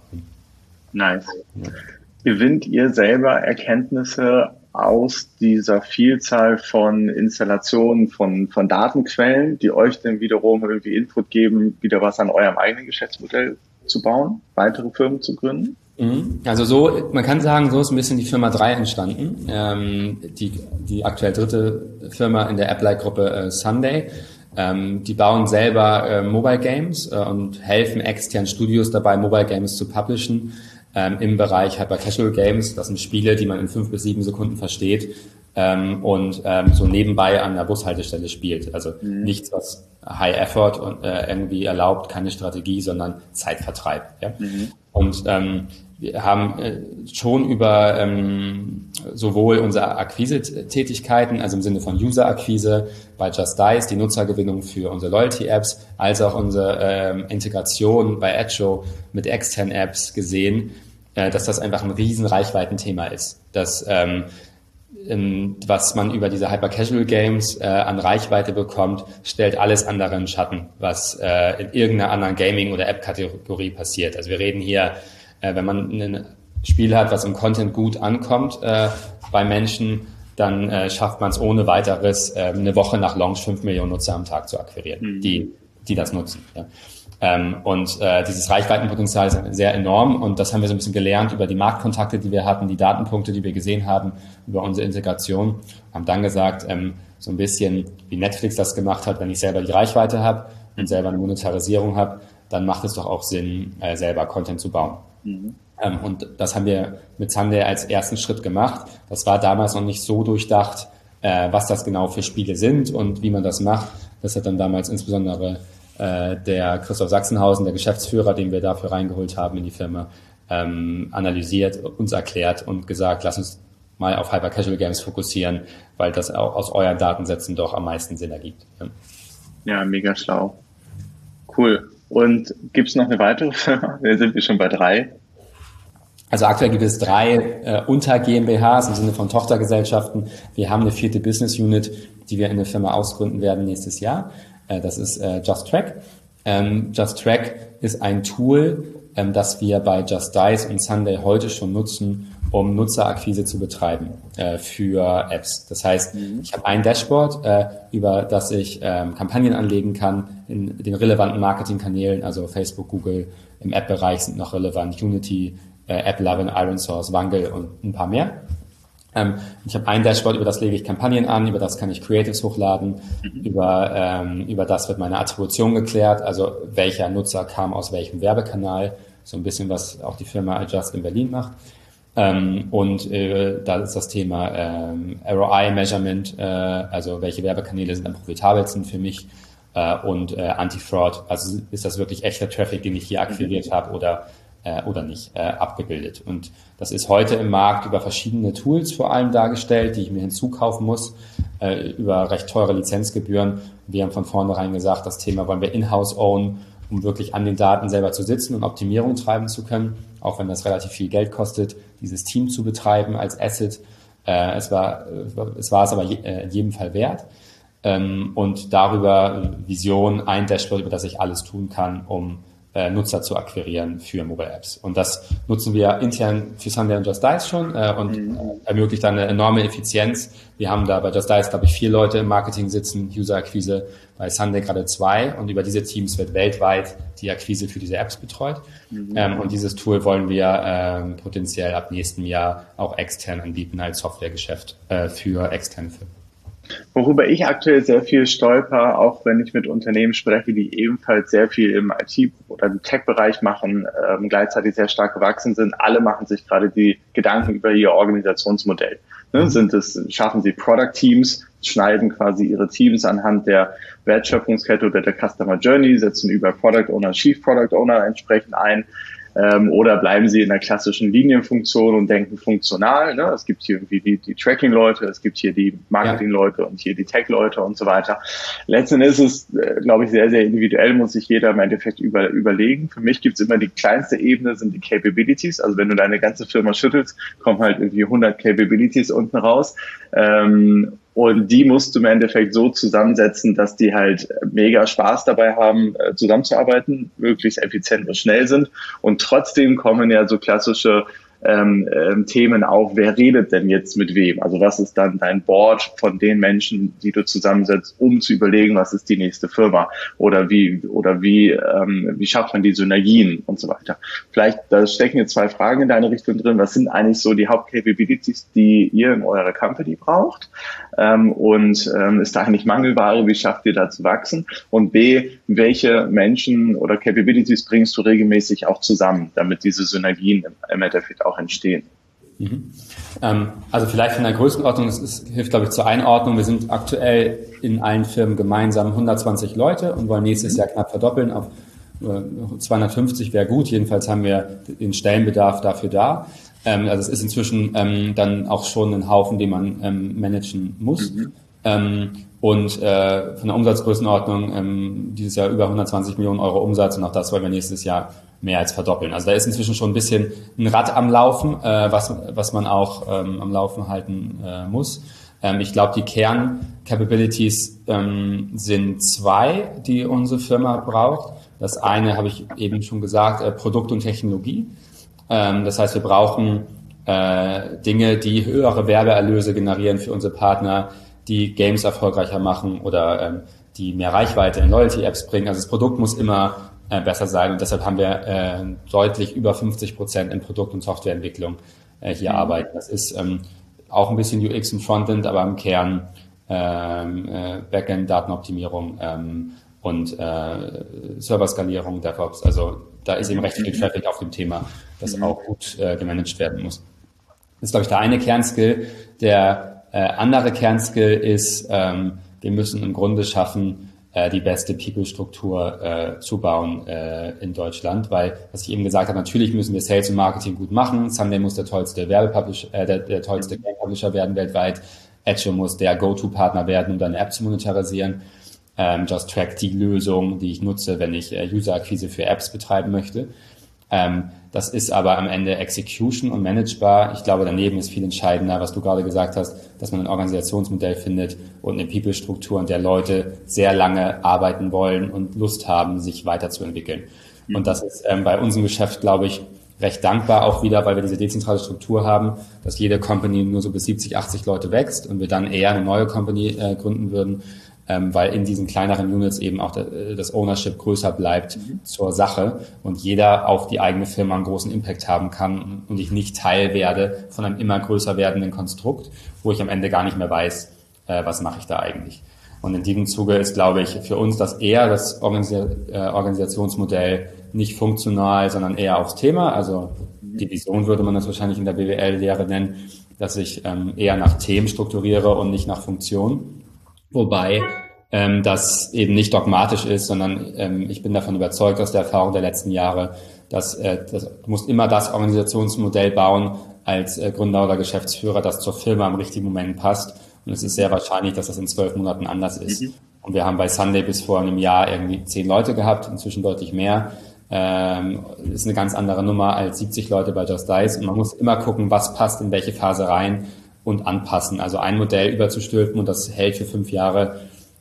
Nice. Ja. Gewinnt ihr selber Erkenntnisse aus dieser Vielzahl von Installationen von, von Datenquellen, die euch dann wiederum irgendwie Input geben, wieder was an eurem eigenen Geschäftsmodell zu bauen, weitere Firmen zu gründen? Also so, man kann sagen, so ist ein bisschen die Firma drei entstanden. Ähm, die, die aktuell dritte Firma in der App-like-Gruppe äh, Sunday. Ähm, die bauen selber äh, Mobile Games äh, und helfen externen Studios dabei, Mobile Games zu publishen. Ähm, im Bereich Hyper Casual Games. Das sind Spiele, die man in fünf bis sieben Sekunden versteht ähm, und ähm, so nebenbei an der Bushaltestelle spielt. Also mhm. nichts, was High Effort und äh, irgendwie erlaubt, keine Strategie, sondern Zeitvertreib. Ja? Mhm. Und ähm, wir haben äh, schon über ähm, sowohl unsere Akquise-Tätigkeiten, also im Sinne von User-Akquise bei Just Dice, die Nutzergewinnung für unsere Loyalty-Apps, als auch unsere ähm, Integration bei Edjo mit externen Apps gesehen, äh, dass das einfach ein riesen Reichweitenthema ist. Dass ähm, ähm, was man über diese Hyper-Casual-Games äh, an Reichweite bekommt, stellt alles andere in Schatten, was äh, in irgendeiner anderen Gaming- oder App-Kategorie passiert. Also wir reden hier, äh, wenn man ein Spiel hat, was im Content gut ankommt äh, bei Menschen, dann äh, schafft man es ohne weiteres, äh, eine Woche nach Launch fünf Millionen Nutzer am Tag zu akquirieren, mhm. die die das nutzen. Ja. Ähm, und äh, dieses Reichweitenpotenzial ist sehr enorm und das haben wir so ein bisschen gelernt über die Marktkontakte, die wir hatten, die Datenpunkte, die wir gesehen haben, über unsere Integration. Haben dann gesagt, ähm, so ein bisschen wie Netflix das gemacht hat, wenn ich selber die Reichweite habe und selber eine Monetarisierung habe, dann macht es doch auch Sinn, äh, selber Content zu bauen. Mhm. Ähm, und das haben wir mit Sunday als ersten Schritt gemacht. Das war damals noch nicht so durchdacht, äh, was das genau für Spiele sind und wie man das macht. Das hat dann damals insbesondere äh, der Christoph Sachsenhausen, der Geschäftsführer, den wir dafür reingeholt haben in die Firma, ähm, analysiert, uns erklärt und gesagt, lass uns mal auf Hyper-Casual Games fokussieren, weil das auch aus euren Datensätzen doch am meisten Sinn ergibt. Ja, ja, mega schlau. Cool. Und gibt es noch eine weitere Firma? Wir sind wir schon bei drei. Also aktuell gibt es drei äh, Unter-GmbHs im Sinne von Tochtergesellschaften. Wir haben eine vierte Business Unit, die wir in der Firma ausgründen werden nächstes Jahr. Äh, das ist äh, JustTrack. Ähm, JustTrack ist ein Tool, ähm, das wir bei Just Dice und Sunday heute schon nutzen, um Nutzerakquise zu betreiben äh, für Apps. Das heißt, mhm. ich habe ein Dashboard, äh, über das ich ähm, Kampagnen anlegen kann in den relevanten Marketingkanälen, also Facebook, Google, im App-Bereich sind noch relevant, Unity, äh, AppLovin, ironSource, Wangle und ein paar mehr. Ähm, ich habe ein Dashboard, über das lege ich Kampagnen an, über das kann ich Creatives hochladen, mhm. über, ähm, über das wird meine Attribution geklärt, also welcher Nutzer kam aus welchem Werbekanal, so ein bisschen, was auch die Firma Adjust in Berlin macht. Ähm, und äh, da ist das Thema ähm, R O I-Measurement, äh, also welche Werbekanäle sind am profitabelsten für mich äh, und äh, Anti-Fraud, also ist das wirklich echter Traffic, den ich hier akquiriert habe oder äh, oder nicht, äh, abgebildet. Und das ist heute im Markt über verschiedene Tools vor allem dargestellt, die ich mir hinzukaufen muss, äh, über recht teure Lizenzgebühren. Wir haben von vornherein gesagt, das Thema wollen wir in-house own, um wirklich an den Daten selber zu sitzen und Optimierung treiben zu können, auch wenn das relativ viel Geld kostet, dieses Team zu betreiben als Asset. Äh, es war, es war es aber je, äh, in jedem Fall wert. Ähm, und darüber Vision, ein Dashboard, über das ich alles tun kann, um äh, Nutzer zu akquirieren für Mobile Apps. Und das nutzen wir intern für Sunday und Just Dice schon äh, und mhm. äh, ermöglicht dann eine enorme Effizienz. Wir haben da bei Just Dice, glaube ich, vier Leute im Marketing sitzen, User-Akquise, bei Sunday gerade zwei. Und über diese Teams wird weltweit die Akquise für diese Apps betreut. Mhm. Ähm, und dieses Tool wollen wir ähm, potenziell ab nächstem Jahr auch extern anbieten als Softwaregeschäft äh, für externe Firmen. Worüber ich aktuell sehr viel stolper, auch wenn ich mit Unternehmen spreche, die ebenfalls sehr viel im I T- oder im Tech-Bereich machen, ähm, gleichzeitig sehr stark gewachsen sind. Alle machen sich gerade die Gedanken über ihr Organisationsmodell. Ne? Sind es, schaffen sie Product-Teams, schneiden quasi ihre Teams anhand der Wertschöpfungskette oder der Customer Journey, setzen über Product Owner, Chief Product Owner entsprechend ein. Ähm, oder bleiben sie in der klassischen Linienfunktion und denken funktional. Ne? Es gibt hier irgendwie die, die Tracking-Leute, es gibt hier die Marketing-Leute und hier die Tech-Leute und so weiter. Letzten Endes ist es, äh, glaube ich, sehr, sehr individuell, muss sich jeder im Endeffekt über, überlegen. Für mich gibt es immer die kleinste Ebene, sind die Capabilities. Also wenn du deine ganze Firma schüttelst, kommen halt irgendwie hundert Capabilities unten raus. Ähm, Und die musst du im Endeffekt so zusammensetzen, dass die halt mega Spaß dabei haben, zusammenzuarbeiten, möglichst effizient und schnell sind. Und trotzdem kommen ja so klassische ähm, ähm, Themen auf, wer redet denn jetzt mit wem? Also was ist dann dein Board von den Menschen, die du zusammensetzt, um zu überlegen, was ist die nächste Firma? Oder wie oder wie ähm, wie schafft man die Synergien und so weiter? Vielleicht, da stecken jetzt zwei Fragen in deine Richtung drin. Was sind eigentlich so die Hauptcapabilities, die ihr in eurer Company braucht? Ähm, und ähm, ist da eigentlich Mangelware? Wie schafft ihr da zu wachsen? Und B, welche Menschen oder Capabilities bringst du regelmäßig auch zusammen, damit diese Synergien im, im Endeffekt auch entstehen? Mhm. Ähm, also vielleicht von der Größenordnung, es, es hilft, glaube ich, zur Einordnung. Wir sind aktuell in allen Firmen gemeinsam hundertzwanzig Leute und wollen nächstes mhm. Jahr knapp verdoppeln auf äh, zweihundertfünfzig wäre gut. Jedenfalls haben wir den Stellenbedarf dafür da. Ähm, also es ist inzwischen ähm, dann auch schon ein Haufen, den man ähm, managen muss. Mhm. Ähm, und äh, von der Umsatzgrößenordnung ähm, dieses Jahr über hundertzwanzig Millionen Euro Umsatz und auch das wollen wir nächstes Jahr mehr als verdoppeln. Also da ist inzwischen schon ein bisschen ein Rad am Laufen, äh, was was man auch ähm, am Laufen halten äh, muss. Ähm, ich glaube, die Kern-Capabilities ähm, sind zwei, die unsere Firma braucht. Das eine habe ich eben schon gesagt, äh, Produkt und Technologie. Ähm, das heißt, wir brauchen äh, Dinge, die höhere Werbeerlöse generieren für unsere Partner, die Games erfolgreicher machen oder ähm, die mehr Reichweite in Loyalty-Apps bringen. Also das Produkt muss immer äh, besser sein und deshalb haben wir äh, deutlich über fünfzig Prozent in Produkt- und Softwareentwicklung äh, hier mhm. arbeiten. Das ist ähm, auch ein bisschen U X und Frontend, aber im Kern ähm, äh, Backend, Datenoptimierung ähm, und äh, Serverskalierung, DevOps. Also da ist eben recht viel Traffic auf dem Thema, das mhm. auch gut äh, gemanagt werden muss. Das ist, glaube ich, der eine Der äh, andere Kernskill ist, ähm, wir müssen im Grunde schaffen, äh, die beste People-Struktur äh, zu bauen äh, in Deutschland, weil, was ich eben gesagt habe, natürlich müssen wir Sales und Marketing gut machen. Sunday muss der tollste Werbepublisher, äh, der, der tollste Game-Publisher werden weltweit. Edge muss der Go-To-Partner werden, um deine App zu monetarisieren. Ähm, Just Track die Lösung, die ich nutze, wenn ich äh, User-Akquise für Apps betreiben möchte. Ähm, das ist aber am Ende Execution und managebar. Ich glaube, daneben ist viel entscheidender, was du gerade gesagt hast, dass man ein Organisationsmodell findet und eine People-Struktur, in der Leute sehr lange arbeiten wollen und Lust haben, sich weiterzuentwickeln. Mhm. Und das ist ähm, bei unserem Geschäft, glaube ich, recht dankbar auch wieder, weil wir diese dezentrale Struktur haben, dass jede Company nur so bis siebzig, achtzig Leute wächst und wir dann eher eine neue Company äh, gründen würden, ähm, weil in diesen kleineren Units eben auch der, das Ownership größer bleibt mhm. zur Sache und jeder auf die eigene Firma einen großen Impact haben kann und ich nicht Teil werde von einem immer größer werdenden Konstrukt, wo ich am Ende gar nicht mehr weiß, äh, was mache ich da eigentlich. Und in diesem Zuge ist, glaube ich, für uns das eher das Organis- äh, Organisationsmodell nicht funktional, sondern eher aufs Thema. Also die Vision würde man das wahrscheinlich in der B W L-Lehre nennen, dass ich ähm, eher nach Themen strukturiere und nicht nach Funktion. Wobei ähm, das eben nicht dogmatisch ist, sondern ähm, ich bin davon überzeugt aus der Erfahrung der letzten Jahre, dass, äh, dass du musst immer das Organisationsmodell bauen als äh, Gründer oder Geschäftsführer, das zur Firma im richtigen Moment passt. Und es ist sehr wahrscheinlich, dass das in zwölf Monaten anders ist. Mhm. Und wir haben bei Sunday bis vor einem Jahr irgendwie zehn Leute gehabt, inzwischen deutlich mehr. Ähm, ist eine ganz andere Nummer als siebzig Leute bei Just Dice. Und man muss immer gucken, was passt in welche Phase rein und anpassen. Also ein Modell überzustülpen und das hält für fünf Jahre,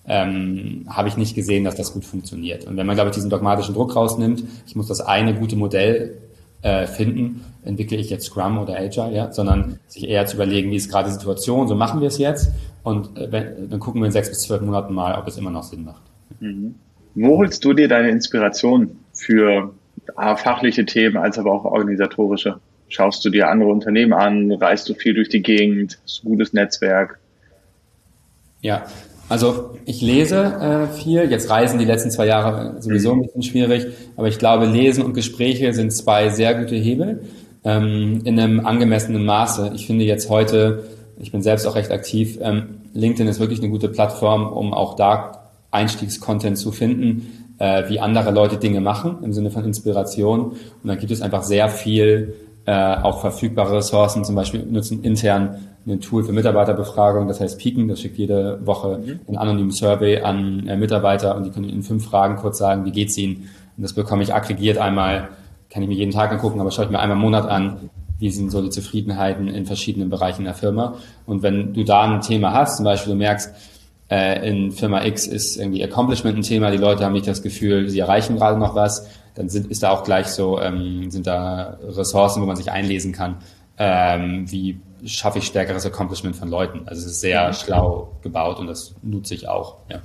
ähm, habe ich nicht gesehen, dass das gut funktioniert. Und wenn man, glaube ich, diesen dogmatischen Druck rausnimmt, ich muss das eine gute Modell äh, finden, entwickle ich jetzt Scrum oder Agile, ja, sondern sich eher zu überlegen, wie ist gerade die Situation, so machen wir es jetzt und äh, wenn, dann gucken wir in sechs bis zwölf Monaten mal, ob es immer noch Sinn macht. Mhm. Wo holst du dir deine Inspiration für äh, fachliche Themen als aber auch organisatorische? Schaust du dir andere Unternehmen an? Reist du viel durch die Gegend? Hast du ein gutes Netzwerk? Ja, also ich lese äh, viel. Jetzt Reisen die letzten zwei Jahre sowieso ein bisschen schwierig. Aber ich glaube, Lesen und Gespräche sind zwei sehr gute Hebel ähm, in einem angemessenen Maße. Ich finde jetzt heute, ich bin selbst auch recht aktiv, ähm, LinkedIn ist wirklich eine gute Plattform, um auch da Einstiegscontent zu finden, äh, wie andere Leute Dinge machen, im Sinne von Inspiration. Und da gibt es einfach sehr viel Äh, auch verfügbare Ressourcen, zum Beispiel nutzen intern ein Tool für Mitarbeiterbefragung, das heißt Peaken, das schickt jede Woche mhm. einen anonymen Survey an äh, Mitarbeiter und die können in fünf Fragen kurz sagen, wie geht's ihnen? Und das bekomme ich aggregiert einmal, kann ich mir jeden Tag angucken, aber schaue ich mir einmal im Monat an, wie sind so die Zufriedenheiten in verschiedenen Bereichen der Firma. Und wenn du da ein Thema hast, zum Beispiel du merkst, äh, in Firma X ist irgendwie Accomplishment ein Thema, die Leute haben nicht das Gefühl, sie erreichen gerade noch was, dann sind, ist da auch gleich so, ähm, sind da Ressourcen, wo man sich einlesen kann, ähm, wie schaffe ich stärkeres Accomplishment von Leuten. Also es ist sehr schlau gebaut und das nutze ich auch. Ja.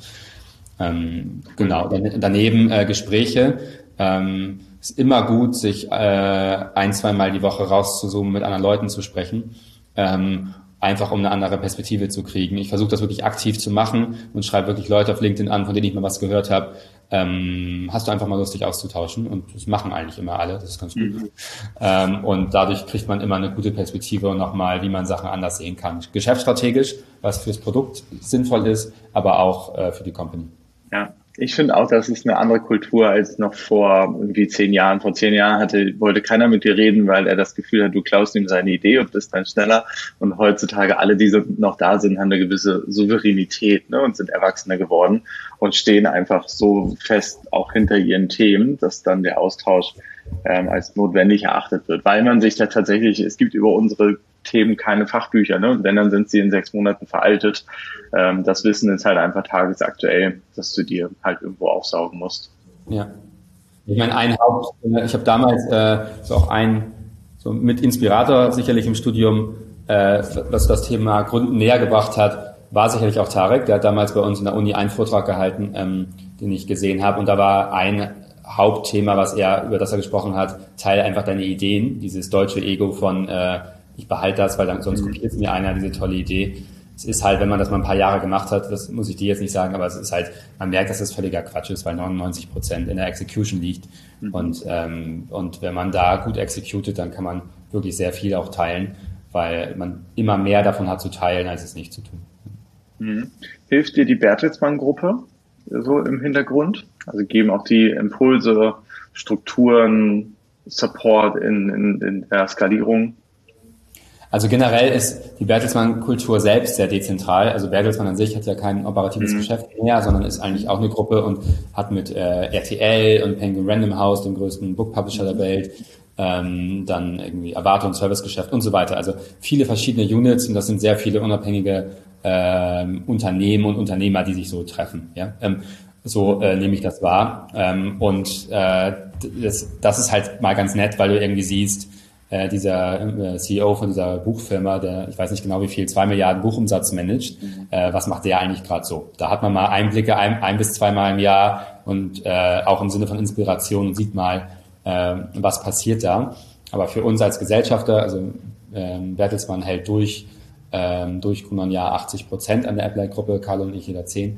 Ähm, genau, dann, daneben äh, Gespräche. Ähm, ist immer gut, sich äh, ein, zwei Mal die Woche rauszuzoomen, mit anderen Leuten zu sprechen. Ähm, einfach um eine andere Perspektive zu kriegen. Ich versuche das wirklich aktiv zu machen und schreibe wirklich Leute auf LinkedIn an, von denen ich mal was gehört habe. Ähm, hast du einfach mal Lust, dich auszutauschen? Und das machen eigentlich immer alle, das ist ganz gut. Mhm. Ähm, und dadurch kriegt man immer eine gute Perspektive und nochmal, wie man Sachen anders sehen kann. Geschäftsstrategisch, was fürs Produkt sinnvoll ist, aber auch äh, für die Company. Ja. Ich finde auch, das ist eine andere Kultur als noch vor irgendwie zehn Jahren. Vor zehn Jahren hatte, wollte keiner mit dir reden, weil er das Gefühl hat, du klaust ihm seine Idee und bist dann schneller. Und heutzutage alle, die so noch da sind, haben eine gewisse Souveränität, ne, und sind erwachsener geworden und stehen einfach so fest auch hinter ihren Themen, dass dann der Austausch ähm, als notwendig erachtet wird. Weil man sich da tatsächlich, es gibt über unsere Themen keine Fachbücher, ne? Und wenn, dann sind sie in sechs Monaten veraltet. Ähm, das Wissen ist halt einfach tagesaktuell, dass du dir halt irgendwo aufsaugen musst. Ja. Ich meine, ein Haupt, ich habe damals äh, so auch ein, so mit Inspirator sicherlich im Studium, äh, was das Thema Gründen näher gebracht hat, war sicherlich auch Tarek. Der hat damals bei uns in der Uni einen Vortrag gehalten, ähm, den ich gesehen habe. Und da war ein Hauptthema, was er, über das er gesprochen hat, teile einfach deine Ideen, dieses deutsche Ego von äh, ich behalte das, weil dann, sonst kopiert es mir einer, diese tolle Idee. Es ist halt, wenn man das mal ein paar Jahre gemacht hat, das muss ich dir jetzt nicht sagen, aber es ist halt, man merkt, dass das völliger Quatsch ist, weil neunundneunzig Prozent in der Execution liegt. Mhm. Und, ähm, und wenn man da gut executet, dann kann man wirklich sehr viel auch teilen, weil man immer mehr davon hat zu teilen, als es nicht zu tun. Mhm. Hilft dir die Bertelsmann-Gruppe so im Hintergrund? Also geben auch die Impulse, Strukturen, Support in, in, in der Skalierung? Also generell ist die Bertelsmann-Kultur selbst sehr dezentral. Also Bertelsmann an sich hat ja kein operatives mhm. Geschäft mehr, sondern ist eigentlich auch eine Gruppe und hat mit äh, R T L und Penguin Random House, dem größten Book Publisher der Welt, ähm, dann irgendwie Avato und Servicegeschäft und so weiter. Also viele verschiedene Units und das sind sehr viele unabhängige ähm, Unternehmen und Unternehmer, die sich so treffen. Ja, ähm, so äh, nehme ich das wahr. Ähm, und äh, das, das ist halt mal ganz nett, weil du irgendwie siehst, Äh, dieser äh, C E O von dieser Buchfirma, der, ich weiß nicht genau wie viel, zwei Milliarden Buchumsatz managt, mhm. äh, was macht der eigentlich gerade so? Da hat man mal Einblicke ein, ein bis zweimal im Jahr und äh, auch im Sinne von Inspiration und sieht mal, äh, was passiert da. Aber für uns als Gesellschafter, also äh, Bertelsmann hält durch, äh, durch Kunon Jahr achtzig Prozent an der Applied-Gruppe, Carlo und ich jeder zehn.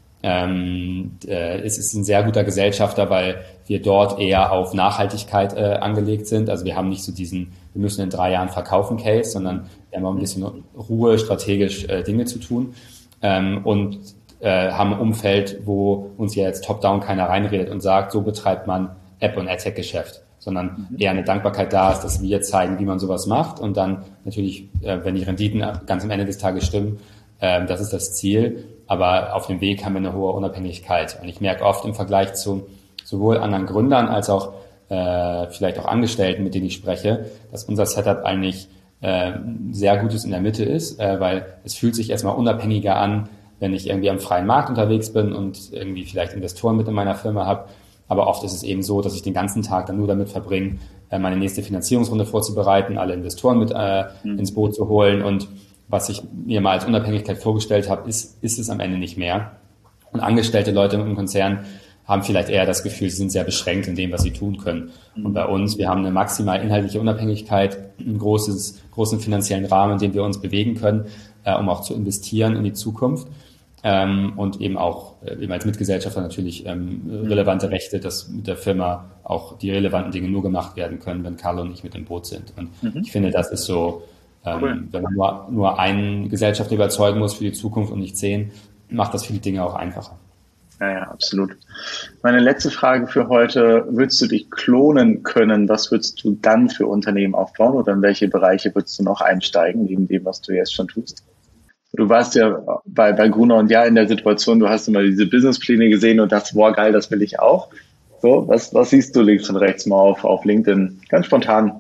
Ähm, äh, es ist ein sehr guter Gesellschafter, weil wir dort eher auf Nachhaltigkeit äh, angelegt sind. Also wir haben nicht so diesen, wir müssen in drei Jahren verkaufen Case, sondern wir haben auch ein bisschen Ruhe, strategisch äh, Dinge zu tun ähm, und äh, haben ein Umfeld, wo uns ja jetzt top-down keiner reinredet und sagt, so betreibt man App- und AdTech-Geschäft, sondern eher eine Dankbarkeit da ist, dass wir zeigen, wie man sowas macht und dann natürlich, äh, wenn die Renditen ganz am Ende des Tages stimmen, äh, das ist das Ziel. Aber auf dem Weg haben wir eine hohe Unabhängigkeit. Und ich merke oft im Vergleich zu sowohl anderen Gründern als auch äh, vielleicht auch Angestellten, mit denen ich spreche, dass unser Setup eigentlich äh, sehr gutes in der Mitte ist, äh, weil es fühlt sich erstmal unabhängiger an, wenn ich irgendwie am freien Markt unterwegs bin und irgendwie vielleicht Investoren mit in meiner Firma habe. Aber oft ist es eben so, dass ich den ganzen Tag dann nur damit verbringe, äh, meine nächste Finanzierungsrunde vorzubereiten, alle Investoren mit äh, mhm. ins Boot zu holen und was ich mir mal als Unabhängigkeit vorgestellt habe, ist, ist es am Ende nicht mehr. Und angestellte Leute im Konzern haben vielleicht eher das Gefühl, sie sind sehr beschränkt in dem, was sie tun können. Und bei uns, wir haben eine maximal inhaltliche Unabhängigkeit, einen großes, großen finanziellen Rahmen, in dem wir uns bewegen können, äh, um auch zu investieren in die Zukunft. Ähm, und eben auch äh, eben als Mitgesellschafter natürlich ähm, relevante Rechte, dass mit der Firma auch die relevanten Dinge nur gemacht werden können, wenn Carlo und ich mit im Boot sind. Und mhm. ich finde, das ist so, Cool. Ähm, wenn man nur, nur einen Gesellschafter überzeugen muss für die Zukunft und nicht zehn, macht das viele Dinge auch einfacher. Ja, ja, absolut. Meine letzte Frage für heute, würdest du dich klonen können? Was würdest du dann für Unternehmen aufbauen oder in welche Bereiche würdest du noch einsteigen, neben dem, was du jetzt schon tust? Du warst ja bei, bei Gruner und Jahr in der Situation, du hast immer diese Businesspläne gesehen und dachtest, boah, geil, das will ich auch. So, was, was siehst du links und rechts mal auf, auf LinkedIn? Ganz spontan.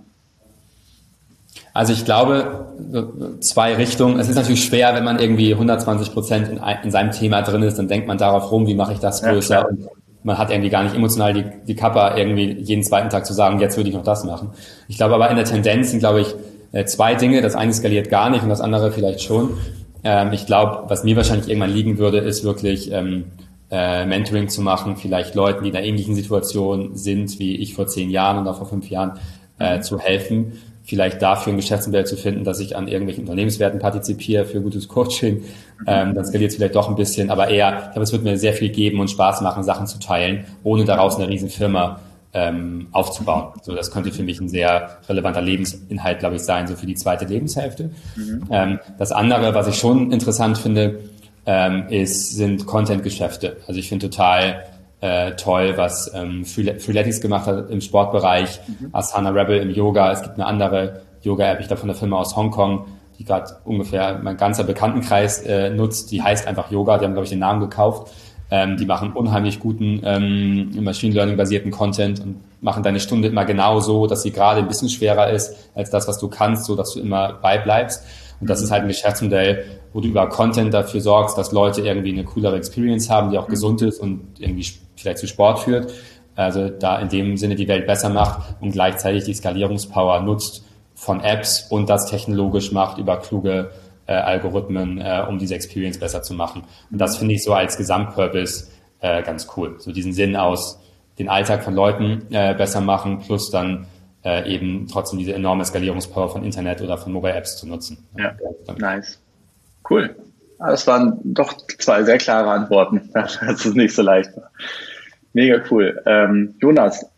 Also ich glaube, zwei Richtungen. Es ist natürlich schwer, wenn man irgendwie hundertzwanzig Prozent in, in seinem Thema drin ist, dann denkt man darauf rum, wie mache ich das größer. Ja, und man hat irgendwie gar nicht emotional die, die Kappa, irgendwie jeden zweiten Tag zu sagen, jetzt würde ich noch das machen. Ich glaube aber in der Tendenz sind, glaube ich, zwei Dinge. Das eine skaliert gar nicht und das andere vielleicht schon. Ich glaube, was mir wahrscheinlich irgendwann liegen würde, ist wirklich ähm, äh, Mentoring zu machen, vielleicht Leuten, die in einer ähnlichen Situation sind, wie ich vor zehn Jahren oder vor fünf Jahren, äh, zu helfen. Vielleicht dafür ein Geschäftsmodell zu finden, dass ich an irgendwelchen Unternehmenswerten partizipiere für gutes Coaching. Ähm, dann skaliert es vielleicht doch ein bisschen, aber eher, ich glaube, es wird mir sehr viel geben und Spaß machen, Sachen zu teilen, ohne daraus eine riesen Firma ähm, aufzubauen. So, das könnte für mich ein sehr relevanter Lebensinhalt, glaube ich, sein, so für die zweite Lebenshälfte. Mhm. Ähm, das andere, was ich schon interessant finde, ähm, ist, sind Content-Geschäfte. Also ich finde total Äh, toll, was ähm, Freeletics gemacht hat im Sportbereich, mhm. Asana Rebel im Yoga. Es gibt eine andere Yoga-App, ich glaube von der Firma aus Hongkong, die gerade ungefähr mein ganzer Bekanntenkreis äh, nutzt. Die heißt einfach Yoga, die haben, glaube ich, den Namen gekauft. Ähm, die machen unheimlich guten ähm, Machine Learning-basierten Content und machen deine Stunde immer genau so, dass sie gerade ein bisschen schwerer ist als das, was du kannst, so dass du immer beibleibst. Und das ist halt ein Geschäftsmodell, wo du über Content dafür sorgst, dass Leute irgendwie eine coolere Experience haben, die auch gesund ist und irgendwie vielleicht zu Sport führt. Also da in dem Sinne die Welt besser macht und gleichzeitig die Skalierungspower nutzt von Apps und das technologisch macht über kluge äh, Algorithmen, äh, um diese Experience besser zu machen. Und das finde ich so als Gesamtpurpose äh, ganz cool. So diesen Sinn aus den Alltag von Leuten äh, besser machen, plus dann äh, eben trotzdem diese enorme Skalierungspower von Internet oder von Mobile Apps zu nutzen. Ja, ja, nice. Cool. Das waren doch zwei sehr klare Antworten. Das ist nicht so leicht. Mega cool. Ähm, Jonas,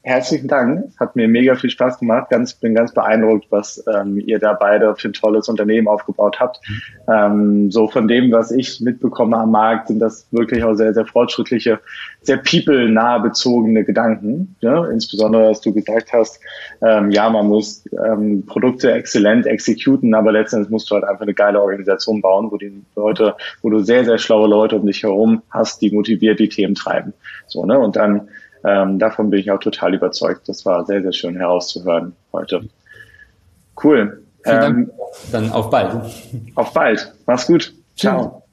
herzlichen Dank. Hat mir mega viel Spaß gemacht. Ganz, bin ganz beeindruckt, was ähm, ihr da beide für ein tolles Unternehmen aufgebaut habt. Ähm, so von dem, was ich mitbekomme am Markt, sind das wirklich auch sehr, sehr fortschrittliche, sehr people-nah bezogene Gedanken. Ja? Insbesondere, dass du gesagt hast, ähm, ja, man muss ähm, Produkte exzellent exekuten, aber letztendlich musst du halt einfach eine geile Organisation bauen, wo die Leute, wo du sehr, sehr schlaue Leute um dich herum hast, die motiviert die Themen treiben. So, ne? Und dann Ähm, davon bin ich auch total überzeugt. Das war sehr, sehr schön herauszuhören heute. Cool. Vielen Dank. Ähm, Dann auf bald. Auf bald. Mach's gut. Ciao.